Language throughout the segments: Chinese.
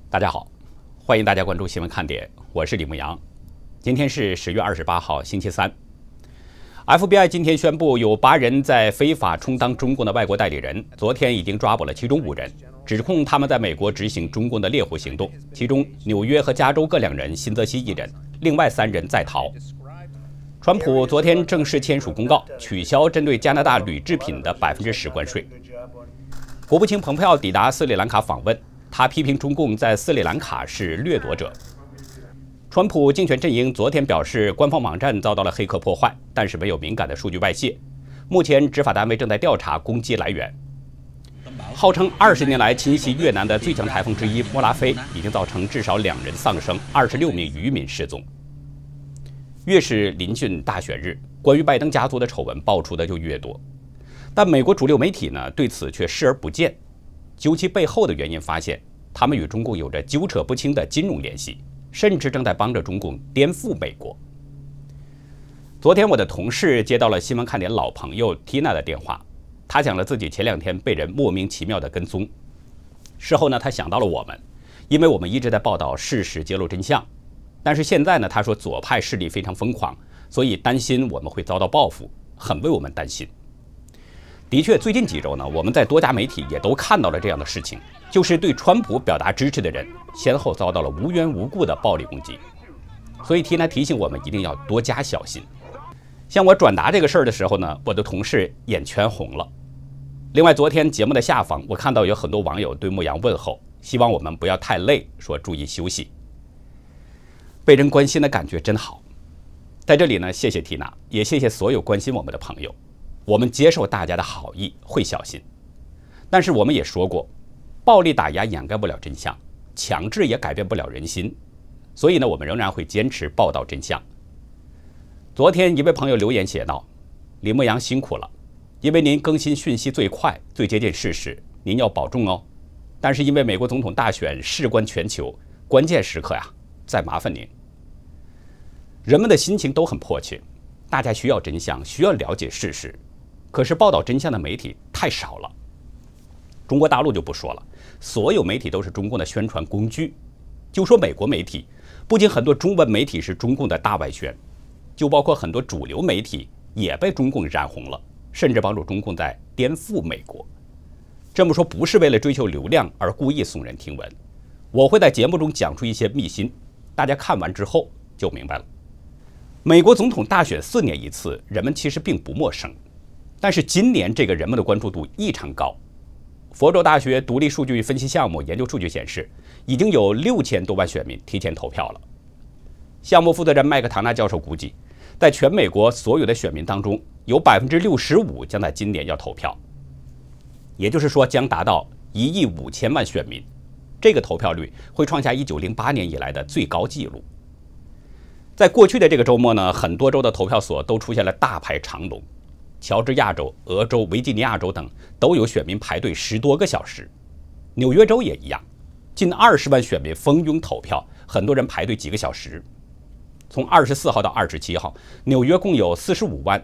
大家好，欢迎大家关注新闻看点，我是李牧阳。今天是10月28号，星期三。FBI 今天宣布，有8人在非法充当中共的外国代理人，昨天已经抓捕了其中5人，指控他们在美国执行中共的猎狐行动。其中，纽约和加州各2人，新泽西1人，另外3人在逃。川普昨天正式签署公告，取消针对加拿大铝制品的10%关税。国务卿蓬佩奥抵达斯里兰卡访问。他批评中共在斯里兰卡是掠夺者。川普竞选阵营昨天表示，官方网站遭到了黑客破坏，但是没有敏感的数据外泄。目前执法单位正在调查攻击来源。号称20年来侵袭越南的最强台风之一莫拉菲，已经造成至少2人丧生，26名渔民失踪。越是临近大选日，关于拜登家族的丑闻爆出的就越多，但美国主流媒体呢对此却视而不见。究其背后的原因，发现他们与中共有着纠扯不清的金融联系，甚至正在帮着中共颠覆美国。昨天我的同事接到了新闻看点老朋友 Tina 的电话，她讲了自己前2天被人莫名其妙的跟踪。事后呢，她想到了我们，因为我们一直在报道事实，揭露真相。但是现在呢，她说左派势力非常疯狂，所以担心我们会遭到报复，很为我们担心。的确，最近几周呢，我们在多家媒体也都看到了这样的事情，就是对川普表达支持的人，先后遭到了无缘无故的暴力攻击。所以Tina提醒我们一定要多加小心。向我转达这个事儿的时候呢，我的同事眼圈红了。另外，昨天节目的下方，我看到有很多网友对牧羊问候，希望我们不要太累，说注意休息。被人关心的感觉真好。在这里呢，谢谢Tina，也谢谢所有关心我们的朋友。我们接受大家的好意，会小心，但是我们也说过，暴力打压掩盖不了真相，强制也改变不了人心，所以呢，我们仍然会坚持报道真相。昨天一位朋友留言写道：“李牧阳辛苦了，因为您更新讯息最快，最接近事实，您要保重哦。但是因为美国总统大选事关全球，关键时刻呀，再麻烦您。”人们的心情都很迫切，大家需要真相，需要了解事实。可是报道真相的媒体太少了。中国大陆就不说了，所有媒体都是中共的宣传工具。就说美国媒体，不仅很多中文媒体是中共的大外宣，就包括很多主流媒体也被中共染红了，甚至帮助中共在颠覆美国。这么说不是为了追求流量而故意耸人听闻，我会在节目中讲出一些秘辛，大家看完之后就明白了。美国总统大选4年一次，人们其实并不陌生。但是今年这个人们的关注度异常高。佛州大学独立数据分析项目研究数据显示，已经有6000多万选民提前投票了。项目负责人麦克唐纳教授估计，在全美国所有的选民当中，有65%将在今年要投票，也就是说将达到1亿5千万选民。这个投票率会创下1908年以来的最高纪录。在过去的这个周末呢，很多州的投票所都出现了大排长龙。乔治亚州、俄州、维吉尼亚州等都有选民排队10多个小时，纽约州也一样，近20万选民蜂拥投票，很多人排队几个小时。从24号到27号，纽约共有45万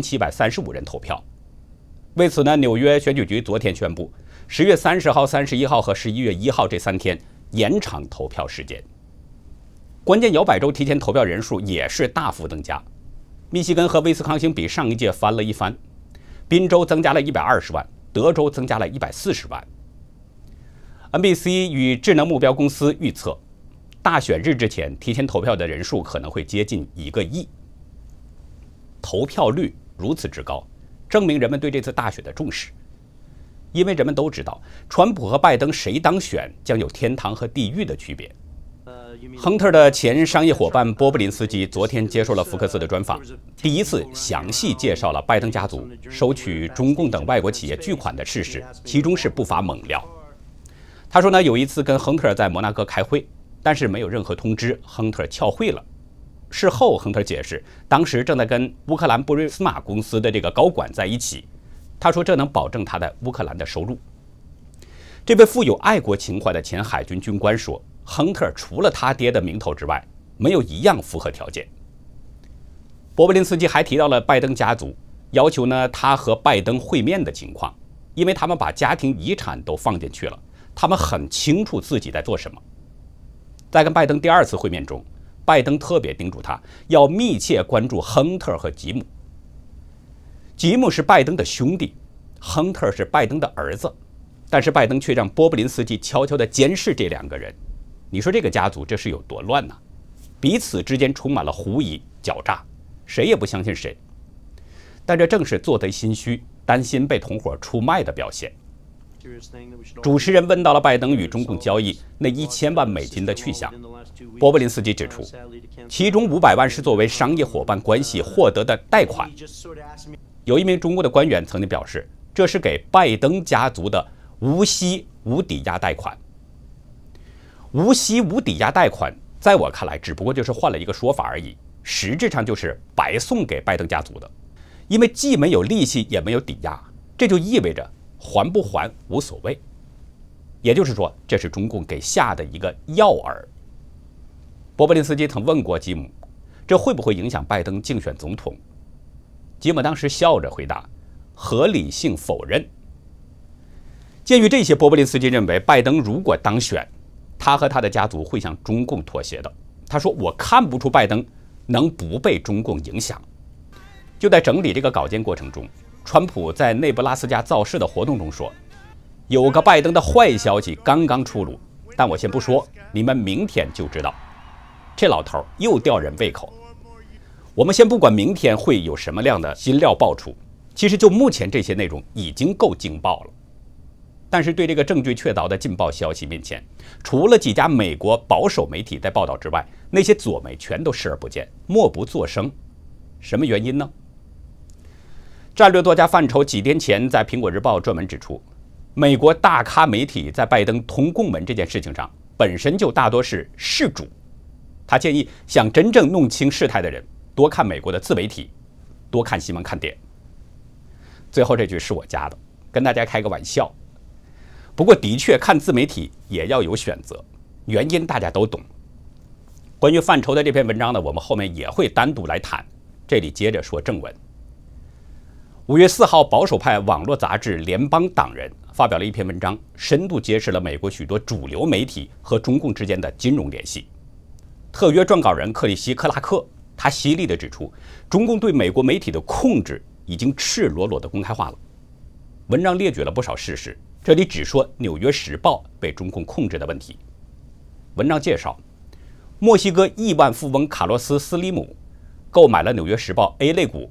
7735人投票。为此呢，纽约选举局昨天宣布，10月30号、31号和11月1号这3天延长投票时间。关键摇摆州提前投票人数也是大幅增加。密西根和威斯康星比上一届翻了一番，宾州增加了120万，德州增加了140万。NBC 与智能目标公司预测，大选日之前提前投票的人数可能会接近1个亿。投票率如此之高，证明人们对这次大选的重视。因为人们都知道，川普和拜登谁当选将有天堂和地狱的区别。亨特的前商业伙伴波布林斯基昨天接受了福克斯的专访，第一次详细介绍了拜登家族收取中共等外国企业巨款的事实，其中是不乏猛料。他说呢，有一次跟亨特在摩纳哥开会，但是没有任何通知，亨特翘会了。事后亨特解释，当时正在跟乌克兰布瑞斯马公司的这个高管在一起，他说这能保证他在乌克兰的收入。这位富有爱国情怀的前海军军官说，亨特除了他爹的名头之外，没有一样符合条件。波布林斯基还提到了拜登家族，要求呢他和拜登会面的情况，因为他们把家庭遗产都放进去了，他们很清楚自己在做什么。 在跟拜登第2次会面中，拜登特别叮嘱他要密切关注亨特和吉姆。吉姆是拜登的兄弟，亨特是拜登的儿子，但是拜登却让波布林斯基悄悄地监视这2个人。你说这个家族这是有多乱呢？彼此之间充满了狐疑、狡诈，谁也不相信谁。但这正是做贼心虚、担心被同伙出卖的表现。主持人问到了拜登与中共交易那1000万美金的去向，波布林斯基指出，其中500万是作为商业伙伴关系获得的贷款。有一名中国的官员曾经表示，这是给拜登家族的无息无抵押贷款。无息无抵押贷款，在我看来，只不过就是换了一个说法而已，实质上就是白送给拜登家族的，因为既没有利息也没有抵押，这就意味着还不还无所谓。也就是说，这是中共给下的一个药饵。波布林斯基曾问过吉姆，这会不会影响拜登竞选总统？吉姆当时笑着回答，合理性否认。鉴于这些，波布林斯基认为，拜登如果当选，他和他的家族会向中共妥协的。他说，我看不出拜登能不被中共影响。就在整理这个稿件过程中，川普在内布拉斯加造势的活动中说，有个拜登的坏消息刚刚出炉，但我先不说，你们明天就知道。这老头又吊人胃口。我们先不管明天会有什么样的新料爆出，其实就目前这些内容已经够劲爆了。但是对这个证据确凿的劲爆消息面前，除了几家美国保守媒体在报道之外，那些左媒全都视而不见，默不作声。什么原因呢？战略作家范畴几天前在《苹果日报》专门指出，美国大咖媒体在拜登通共门这件事情上本身就大多是事主。他建议想真正弄清事态的人，多看美国的自媒体，多看新闻看点。最后这句是我加的，跟大家开个玩笑。不过的确看自媒体也要有选择，原因大家都懂。关于范畴的这篇文章呢，我们后面也会单独来谈。这里接着说正文。5月4号，保守派网络杂志《联邦党人》发表了一篇文章，深度揭示了美国许多主流媒体和中共之间的金融联系。特约撰稿人克里希·克拉克，他犀利地指出，中共对美国媒体的控制已经赤裸裸地公开化了。文章列举了不少事实，这里只说《纽约时报》被中共控制的问题。文章介绍，墨西哥亿万富翁卡洛斯·斯里姆购买了《纽约时报》A 类股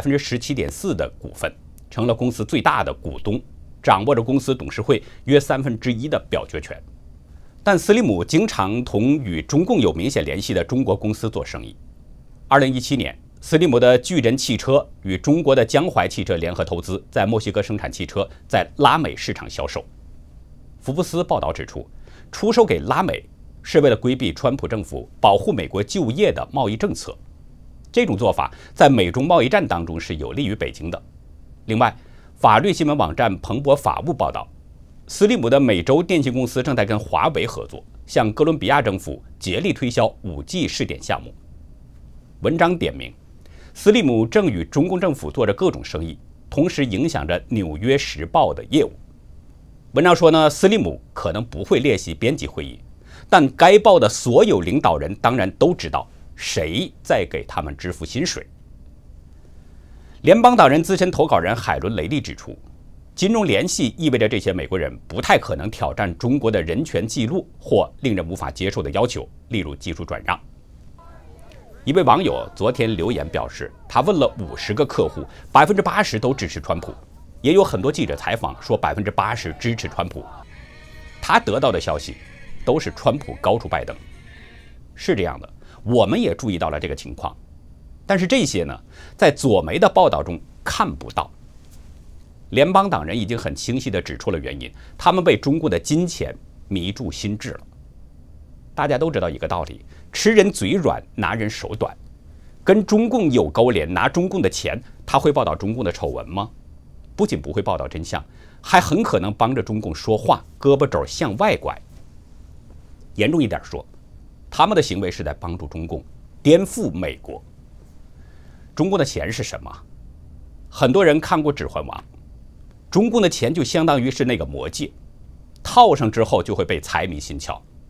17.4%的股份，成了公司最大的股东，掌握着公司董事会约1/3的表决权。但斯里姆经常同与中共有明显联系的中国公司做生意。2017年，斯里姆的巨人汽车与中国的江淮汽车联合投资，在墨西哥生产汽车，在拉美市场销售。福布斯报道指出，出售给拉美是为了规避川普政府保护美国就业的贸易政策。这种做法在美中贸易战当中是有利于北京的。另外，法律新闻网站彭博法务报道，斯里姆的美洲电信公司正在跟华为合作，向哥伦比亚政府竭力推销 5G 试点项目。文章点名，斯里姆正与中共政府做着各种生意，同时影响着《纽约时报》的业务。文章说呢，斯里姆可能不会列席编辑会议，但该报的所有领导人当然都知道谁在给他们支付薪水。联邦党人资深投稿人海伦·雷利指出，金融联系意味着这些美国人不太可能挑战中国的人权记录或令人无法接受的要求，例如技术转让。一位网友昨天留言表示，他问了50个客户，80%都支持川普，也有很多记者采访说80%支持川普。他得到的消息都是川普高出拜登。是这样的，我们也注意到了这个情况，但是这些呢，在左媒的报道中看不到。联邦党人已经很清晰地指出了原因，他们被中共的金钱迷住心智了。大家都知道一个道理，吃人嘴软，拿人手短。跟中共有勾连，拿中共的钱，他会报道中共的丑闻吗？不仅不会报道真相，还很可能帮着中共说话，胳膊肘向外拐。严重一点说，他们的行为是在帮助中共颠覆美国。中共的钱是什么？很多人看过《指环王》，中共的钱就相当于是那个魔戒，套上之后就会被财迷心窍。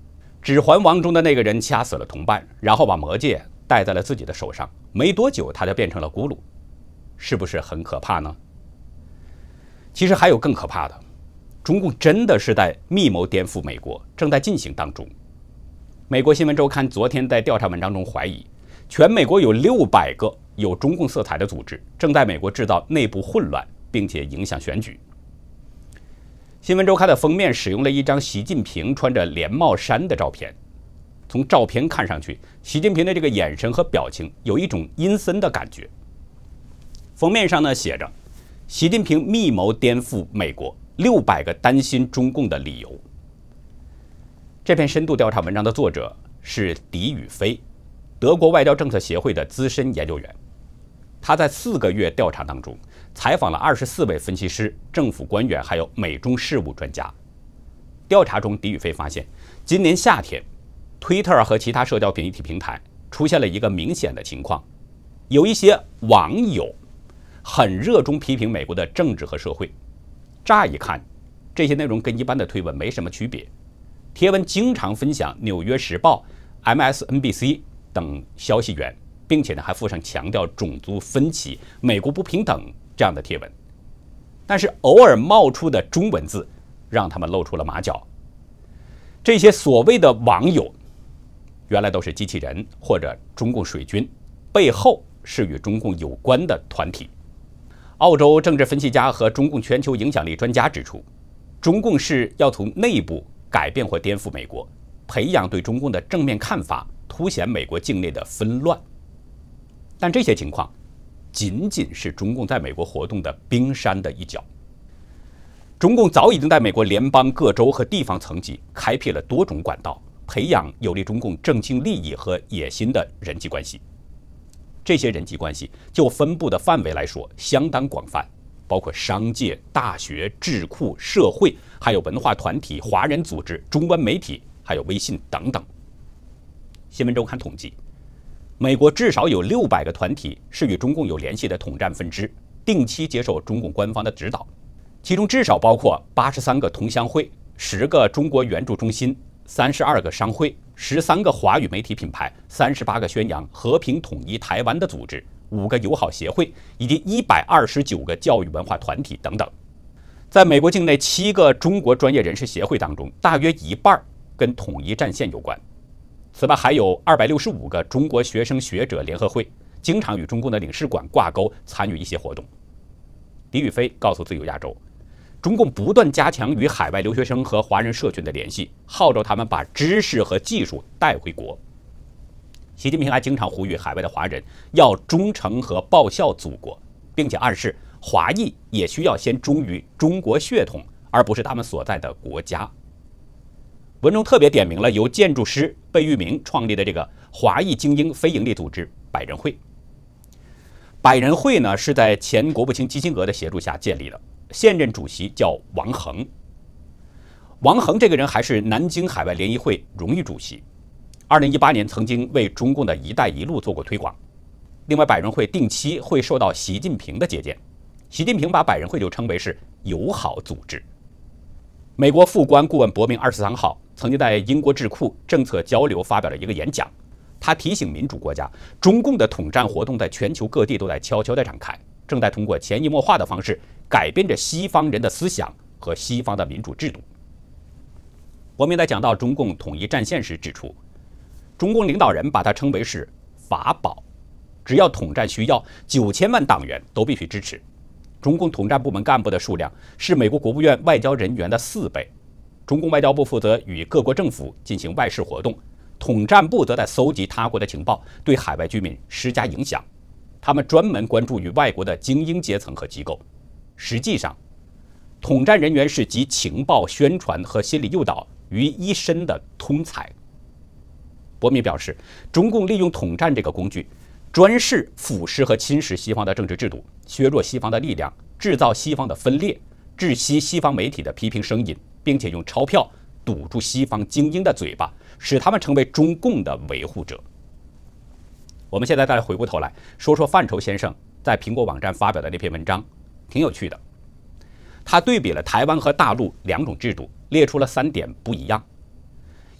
指环王中的那个人掐死了同伴，然后把魔戒戴在了自己的手上，没多久他就变成了咕噜，是不是很可怕呢？其实还有更可怕的，中共真的是在密谋颠覆美国，正在进行当中。美国新闻周刊昨天在调查文章中怀疑，全美国有600个有中共色彩的组织正在美国制造内部混乱，并且影响选举。新闻周刊的封面使用了一张习近平穿着连帽衫的照片，从照片看上去，习近平的这个眼神和表情有一种阴森的感觉。封面上呢写着习近平密谋颠覆美国，600个担心中共的理由。这篇深度调查文章的作者是狄宇飞，德国外交政策协会的资深研究员。他在4个月调查当中，采访了24位分析师、政府官员，还有美中事务专家。调查中，狄宇飞发现，今年夏天 ，Twitter 和其他社交媒体平台出现了一个明显的情况，有一些网友很热衷批评美国的政治和社会。乍一看，这些内容跟一般的推文没什么区别。贴文经常分享《纽约时报》、MSNBC 等消息源，并且还附上强调种族分歧、美国不平等这样的贴文。但是偶尔冒出的中文字，让他们露出了马脚。这些所谓的网友，原来都是机器人或者中共水军，背后是与中共有关的团体。澳洲政治分析家和中共全球影响力专家指出，中共是要从内部改变或颠覆美国，培养对中共的正面看法，凸显美国境内的纷乱。但这些情况仅仅是中共在美国活动的冰山的一角。中共早已经在美国联邦、各州和地方层级开辟了多种管道，培养有利中共政经利益和野心的人际关系。这些人际关系就分布的范围来说相当广泛，包括商界、大学、智库、社会，还有文化团体、华人组织、中文媒体，还有微信等等。新闻周刊统计，美国至少有600个团体是与中共有联系的统战分支，定期接受中共官方的指导，其中至少包括83个同乡会、10个中国援助中心、32个商会、13个华语媒体品牌、38个宣扬和平统一台湾的组织、5个友好协会，以及129个教育文化团体等等。在美国境内7个中国专业人士协会当中，大约一半跟统一战线有关。此外，还有265个中国学生学者联合会，经常与中共的领事馆挂钩，参与一些活动。狄宇飞告诉自由亚洲，中共不断加强与海外留学生和华人社群的联系，号召他们把知识和技术带回国。习近平还经常呼吁海外的华人要忠诚和报效祖国，并且暗示华裔也需要先忠于中国血统，而不是他们所在的国家。文中特别点明了由建筑师贝聿铭创立的这个华裔精英非营利组织百人会。百人会呢是在前国务卿基辛格的协助下建立的，现任主席叫王恒。王恒这个人还是南京海外联谊会荣誉主席，2018年曾经为中共的一带一路做过推广。另外，百人会定期会受到习近平的接见，习近平把百人会就称为是友好组织。美国副官顾问伯明23号曾经在英国智库政策交流发表了一个演讲，他提醒民主国家，中共的统战活动在全球各地都在悄悄地展开，正在通过潜移默化的方式改变着西方人的思想和西方的民主制度。伯明在讲到中共统一战线时指出，中共领导人把它称为是法宝，只要统战需要，9000万党员都必须支持。中共统战部门干部的数量是美国国务院外交人员的4倍。中共外交部负责与各国政府进行外事活动，统战部则在搜集他国的情报，对海外居民施加影响。他们专门关注与外国的精英阶层和机构。实际上，统战人员是集情报、宣传和心理诱导于一身的通才。伯明表示，中共利用统战这个工具，专事腐蚀和侵蚀西方的政治制度，削弱西方的力量，制造西方的分裂，窒息西方媒体的批评声音，并且用钞票堵住西方精英的嘴巴，使他们成为中共的维护者。我们现在再回过头来说说范畴先生在苹果网站发表的那篇文章，挺有趣的。他对比了台湾和大陆2种制度，列出了3点不一样。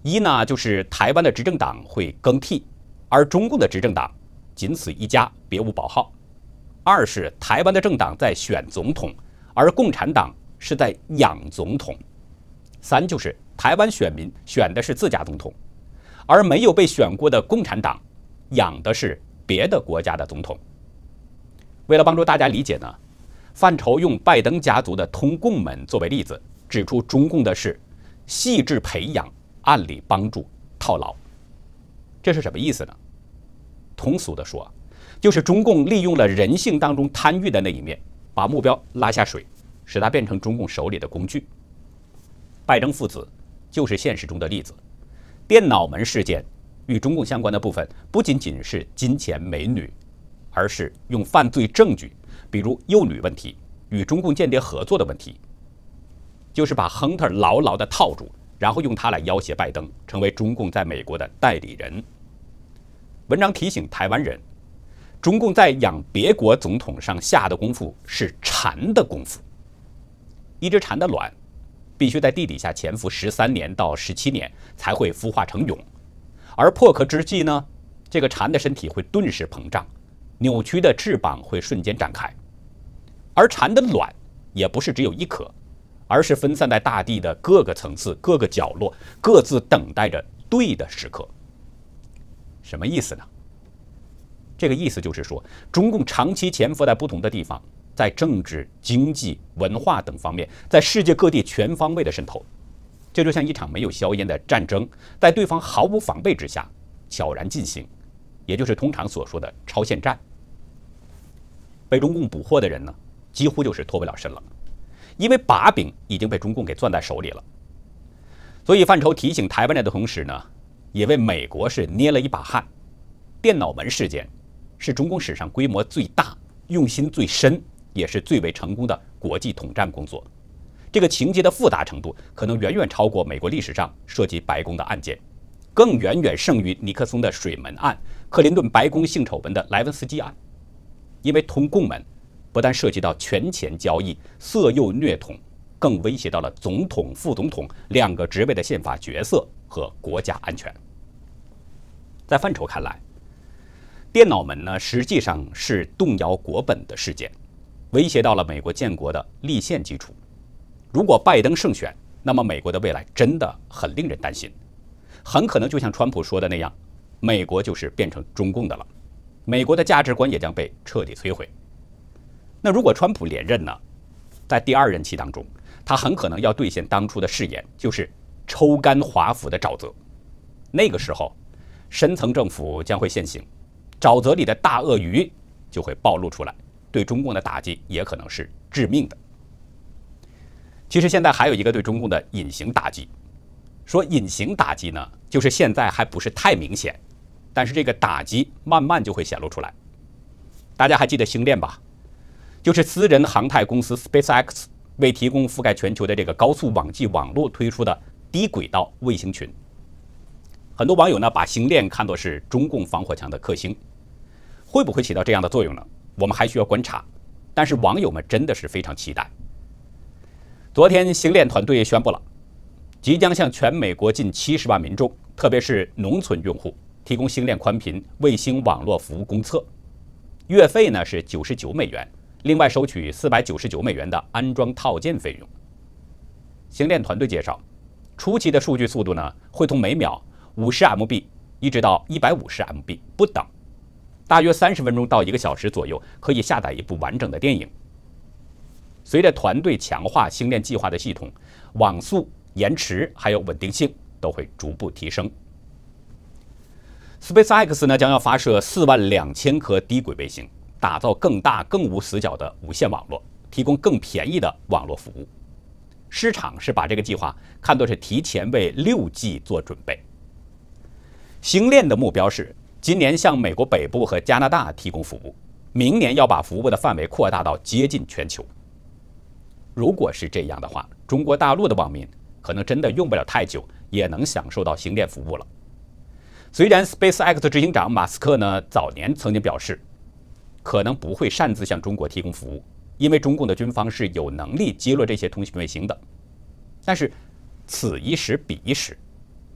一呢，就是台湾的执政党会更替，而中共的执政党仅此一家，别无保号；二是台湾的政党在选总统，而共产党是在养总统；三就是台湾选民选的是自家总统，而没有被选过的共产党养的是别的国家的总统。为了帮助大家理解呢，范畴用拜登家族的通共们作为例子，指出中共的是细致培养、暗里帮助、套牢。这是什么意思呢？通俗的说，就是中共利用了人性当中贪欲的那一面，把目标拉下水，使它变成中共手里的工具。拜登父子就是现实中的例子。电脑门事件与中共相关的部分不仅仅是金钱美女，而是用犯罪证据，比如幼女问题、与中共间谍合作的问题，就是把亨特牢牢地套住，然后用它来要挟拜登，成为中共在美国的代理人。文章提醒台湾人，中共在养别国总统上下的功夫是蝉的功夫。一只蝉的卵必须在地底下潜伏13年到17年才会孵化成蛹，而破壳之际呢，这个蝉的身体会顿时膨胀，扭曲的翅膀会瞬间展开。而蝉的卵也不是只有一颗，而是分散在大地的各个层次、各个角落，各自等待着对的时刻。什么意思呢？这个意思就是说，中共长期潜伏在不同的地方，在政治、经济、文化等方面，在世界各地全方位的渗透。这就像一场没有硝烟的战争，在对方毫无防备之下悄然进行，也就是通常所说的超限战。被中共捕获的人呢，几乎就是脱不了身了，因为把柄已经被中共给攥在手里了。所以范畴提醒台湾人的同时呢，也为美国是捏了一把汗。电脑门事件是中共史上规模最大、用心最深，也是最为成功的国际统战工作。这个情节的复杂程度可能远远超过美国历史上涉及白宫的案件，更远远胜于尼克松的水门案、克林顿白宫性丑闻的莱文斯基案。因为通共门不但涉及到权钱交易、色诱虐统，更威胁到了总统、副总统2个职位的宪法角色和国家安全。在范畴看来，电脑门呢实际上是动摇国本的事件，威胁到了美国建国的立宪基础。如果拜登胜选，那么美国的未来真的很令人担心，很可能就像川普说的那样，美国就是变成中共的了，美国的价值观也将被彻底摧毁。那如果川普连任呢，在第2任期当中，他很可能要兑现当初的誓言，就是抽干华府的沼泽。那个时候，深层政府将会现形，沼泽里的大鳄鱼就会暴露出来，对中共的打击也可能是致命的。其实现在还有一个对中共的隐形打击，说隐形打击呢，就是现在还不是太明显，但是这个打击慢慢就会显露出来。大家还记得星链吧？就是私人航太公司 SpaceX 为提供覆盖全球的这个高速网际网络推出的低轨道卫星群。很多网友呢把星链看作是中共防火墙的克星，会不会起到这样的作用呢？我们还需要观察，但是网友们真的是非常期待。昨天星链团队宣布了，即将向全美国近70万民众，特别是农村用户，提供星链宽频卫星网络服务公测，月费呢是$99，另外收取$499的安装套件费用。星链团队介绍，初期的数据速度呢会从每秒50MB 一直到150MB 不等，大约30分钟到1个小时左右可以下载一部完整的电影。随着团队强化星链计划的系统，网速、延迟还有稳定性都会逐步提升。SpaceX 呢将要发射42000颗低轨卫星，打造更大更无死角的无线网络，提供更便宜的网络服务。市场是把这个计划看作是提前为6G 做准备。星链的目标是今年向美国北部和加拿大提供服务，明年要把服务的范围扩大到接近全球。如果是这样的话，中国大陆的网民可能真的用不了太久，也能享受到星链服务了。虽然 SpaceX 执行长马斯克呢早年曾经表示，可能不会擅自向中国提供服务，因为中共的军方是有能力接落这些通讯卫星的。但是此一时彼一时，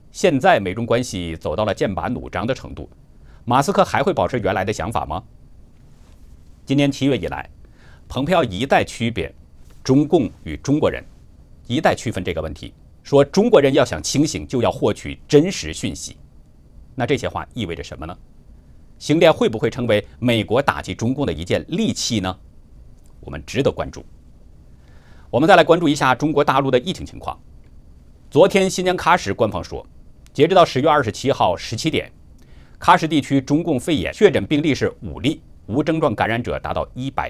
现在美中关系走到了剑拔弩张的程度，马斯克还会保持原来的想法吗？今年7月以来，蓬佩奥一再区别中共与中国人，一再区分这个问题，说中国人要想清醒，就要获取真实讯息。那这些话意味着什么呢？星链会不会成为美国打击中共的一件利器呢？我们值得关注。我们再来关注一下中国大陆的疫情情况。昨天新疆喀什官方说，截止到10月27号17点，喀什地区中共肺炎确诊病例是5例，无症状感染者达到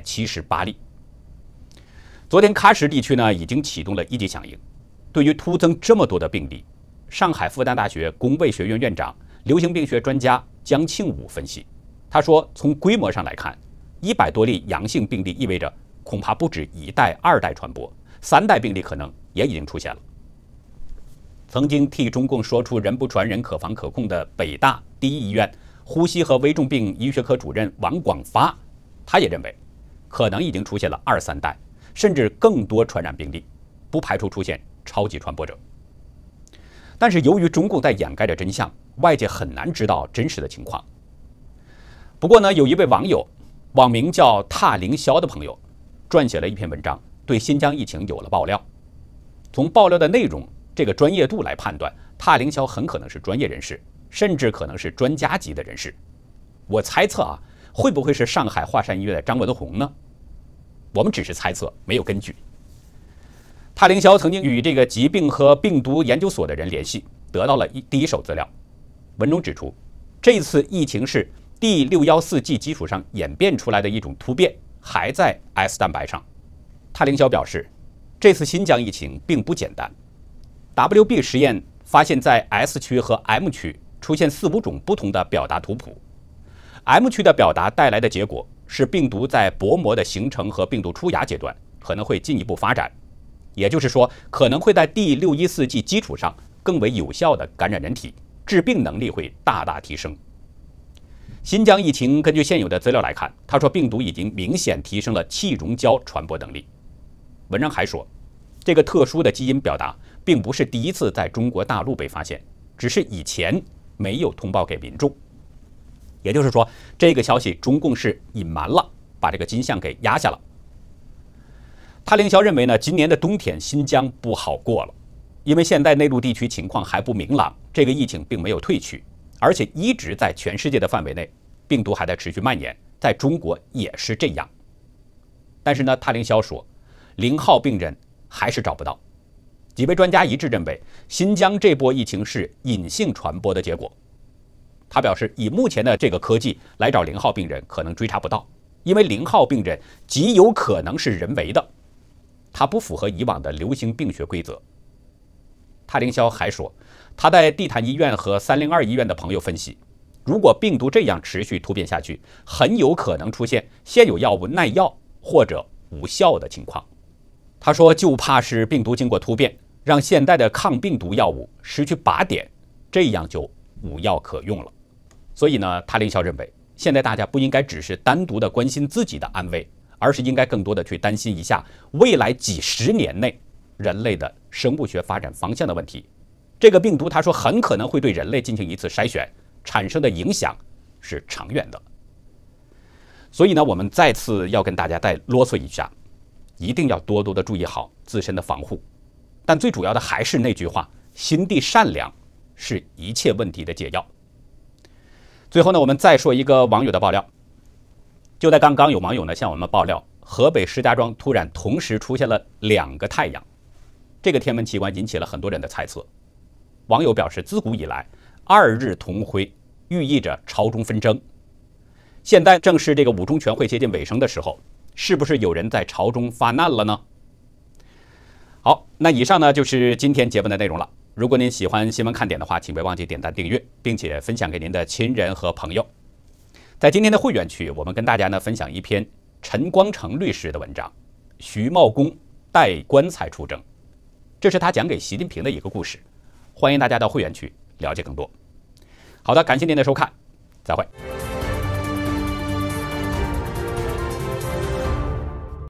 178例。昨天喀什地区呢已经启动了一级响应。对于突增这么多的病例，上海复旦大学公卫学院院长、流行病学专家姜庆武分析，他说，从规模上来看，100多例阳性病例意味着恐怕不止1代、2代传播，3代病例可能也已经出现了。曾经替中共说出人不传人、可防可控的北大第一医院呼吸和危重病医学科主任王广发，他也认为，可能已经出现了2、3代，甚至更多传染病例，不排除出现超级传播者。但是由于中共在掩盖着真相，外界很难知道真实的情况。不过呢，有一位网友，网名叫踏凌霄的朋友，撰写了一篇文章，对新疆疫情有了爆料。从爆料的内容这个专业度来判断，踏凌霄很可能是专业人士，甚至可能是专家级的人士。我猜测啊，会不会是上海华山医院的张文宏呢？我们只是猜测，没有根据。踏凌霄曾经与这个疾病和病毒研究所的人联系，得到了第一手资料。文中指出，这次疫情是第614G 基础上演变出来的一种突变，还在 S 蛋白上。踏凌霄表示，这次新疆疫情并不简单。WB 实验发现，在 S 区和 M 区出现4、5种不同的表达图谱。M 区的表达带来的结果是，病毒在薄膜的形成和病毒出芽阶段可能会进一步发展，也就是说，可能会在第614G 基础上更为有效地感染人体，致病能力会大大提升。新疆疫情根据现有的资料来看，他说病毒已经明显提升了气溶胶传播能力。文章还说，这个特殊的基因表达并不是第一次在中国大陆被发现，只是以前没有通报给民众。也就是说，这个消息中共是隐瞒了，把这个真相给压下了。踏凌霄认为呢，今年的冬天新疆不好过了，因为现在内陆地区情况还不明朗，这个疫情并没有退去，而且一直在全世界的范围内，病毒还在持续蔓延，在中国也是这样。但是呢，踏凌霄说，0号病人还是找不到。几位专家一致认为，新疆这波疫情是隐性传播的结果。他表示，以目前的这个科技来找0号病人可能追查不到，因为0号病人极有可能是人为的，它不符合以往的流行病学规则。踏凌霄还说，他在地坛医院和302医院的朋友分析，如果病毒这样持续突变下去，很有可能出现现有药物耐药或者无效的情况。他说，就怕是病毒经过突变，让现代的抗病毒药物失去靶点，这样就无药可用了。所以呢，踏凌霄认为，现在大家不应该只是单独的关心自己的安危，而是应该更多的去担心一下未来几10年内人类的生物学发展方向的问题。这个病毒他说很可能会对人类进行一次筛选，产生的影响是长远的。所以呢，我们再次要跟大家再啰嗦一下，一定要多多的注意好自身的防护。但最主要的还是那句话，心地善良是一切问题的解药。最后呢，我们再说一个网友的爆料。就在刚刚，有网友呢向我们爆料，河北石家庄突然同时出现了2个太阳，这个天文奇观引起了很多人的猜测。网友表示，自古以来2日同辉寓意着朝中纷争，现在正是这个5中全会接近尾声的时候，是不是有人在朝中发难了呢？好，那以上呢就是今天节目的内容了。如果您喜欢新闻看点的话，请别忘记点赞订阅，并且分享给您的亲人和朋友。在今天的会员区，我们跟大家呢分享一篇陈光诚律师的文章，徐茂公带棺材出征，这是他讲给习近平的一个故事。欢迎大家到会员区了解更多。好的，感谢您的收看，再会。